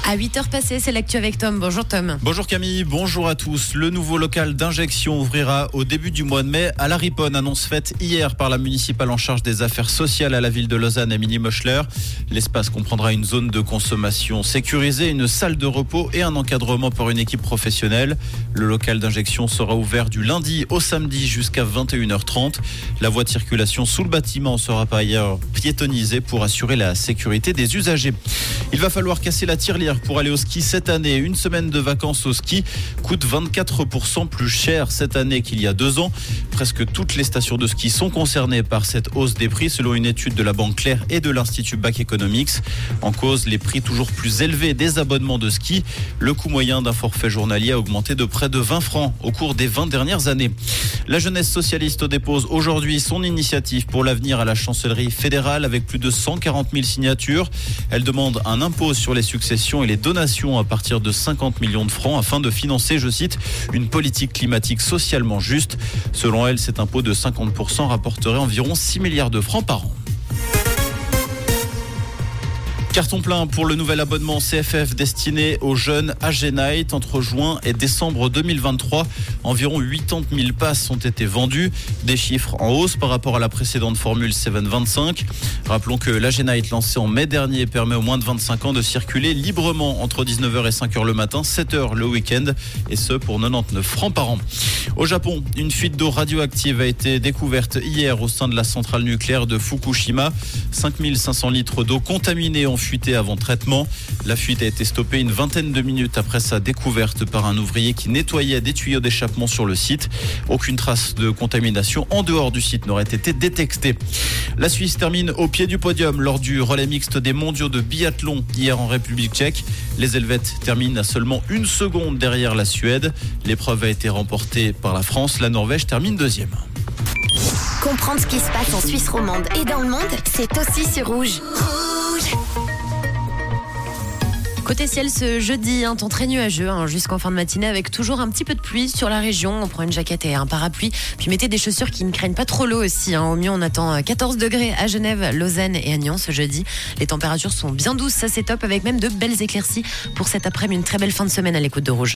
À 8h passées, c'est l'actu avec Tom. Bonjour Tom. Bonjour Camille, bonjour à tous. Le nouveau local d'injection ouvrira au début du mois de mai à La Riponne, annonce faite hier par la municipale en charge des affaires sociales à la ville de Lausanne, Émilie Moschler. L'espace comprendra une zone de consommation sécurisée, une salle de repos et un encadrement par une équipe professionnelle. Le local d'injection sera ouvert du lundi au samedi jusqu'à 21h30. La voie de circulation sous le bâtiment sera par ailleurs piétonnisée pour assurer la sécurité des usagers. Il va falloir casser la tirelire pour aller au ski cette année. Une semaine de vacances au ski coûte 24% plus cher cette année qu'il y a 2 ans. Presque toutes les stations de ski sont concernées par cette hausse des prix selon une étude de la Banque Claire et de l'Institut Bac Economics. En cause, les prix toujours plus élevés des abonnements de ski. Le coût moyen d'un forfait journalier a augmenté de près de 20 francs au cours des 20 dernières années. La jeunesse socialiste dépose aujourd'hui son initiative pour l'avenir à la chancellerie fédérale avec plus de 140 000 signatures. Elle demande un impôt sur les successions et les donations à partir de 50 millions de francs afin de financer, je cite, une politique climatique socialement juste. Selon elle, cet impôt de 50% rapporterait environ 6 milliards de francs par an. Carton plein pour le nouvel abonnement CFF destiné aux jeunes âgés Night. Entre juin et décembre 2023, environ 80 000 passes ont été vendues. Des chiffres en hausse par rapport à la précédente formule 725. Rappelons que l'AG Night lancé en mai dernier permet aux moins de 25 ans de circuler librement entre 19h et 5h le matin, 7h le week-end et ce pour 99 francs par an. Au Japon, une fuite d'eau radioactive a été découverte hier au sein de la centrale nucléaire de Fukushima. 5500 litres d'eau contaminée ont fuité avant traitement. La fuite a été stoppée une vingtaine de minutes après sa découverte par un ouvrier qui nettoyait des tuyaux d'échappement sur le site. Aucune trace de contamination en dehors du site n'aurait été détectée. La Suisse termine au pied du podium lors du relais mixte des mondiaux de biathlon hier en République tchèque. Les Helvètes terminent à seulement 1 seconde derrière la Suède. L'épreuve a été remportée par la France. La Norvège termine 2e. Comprendre ce qui se passe en Suisse romande et dans le monde, c'est aussi sur Rouge. Côté ciel ce jeudi, un temps très nuageux jusqu'en fin de matinée avec toujours un petit peu de pluie sur la région. On prend une jaquette et un parapluie. Puis mettez des chaussures qui ne craignent pas trop l'eau aussi. Au mieux, on attend 14 degrés à Genève, Lausanne et à Nyon ce jeudi. Les températures sont bien douces, ça c'est top avec même de belles éclaircies pour cet après-midi. Une très belle fin de semaine à l'écoute de Rouge.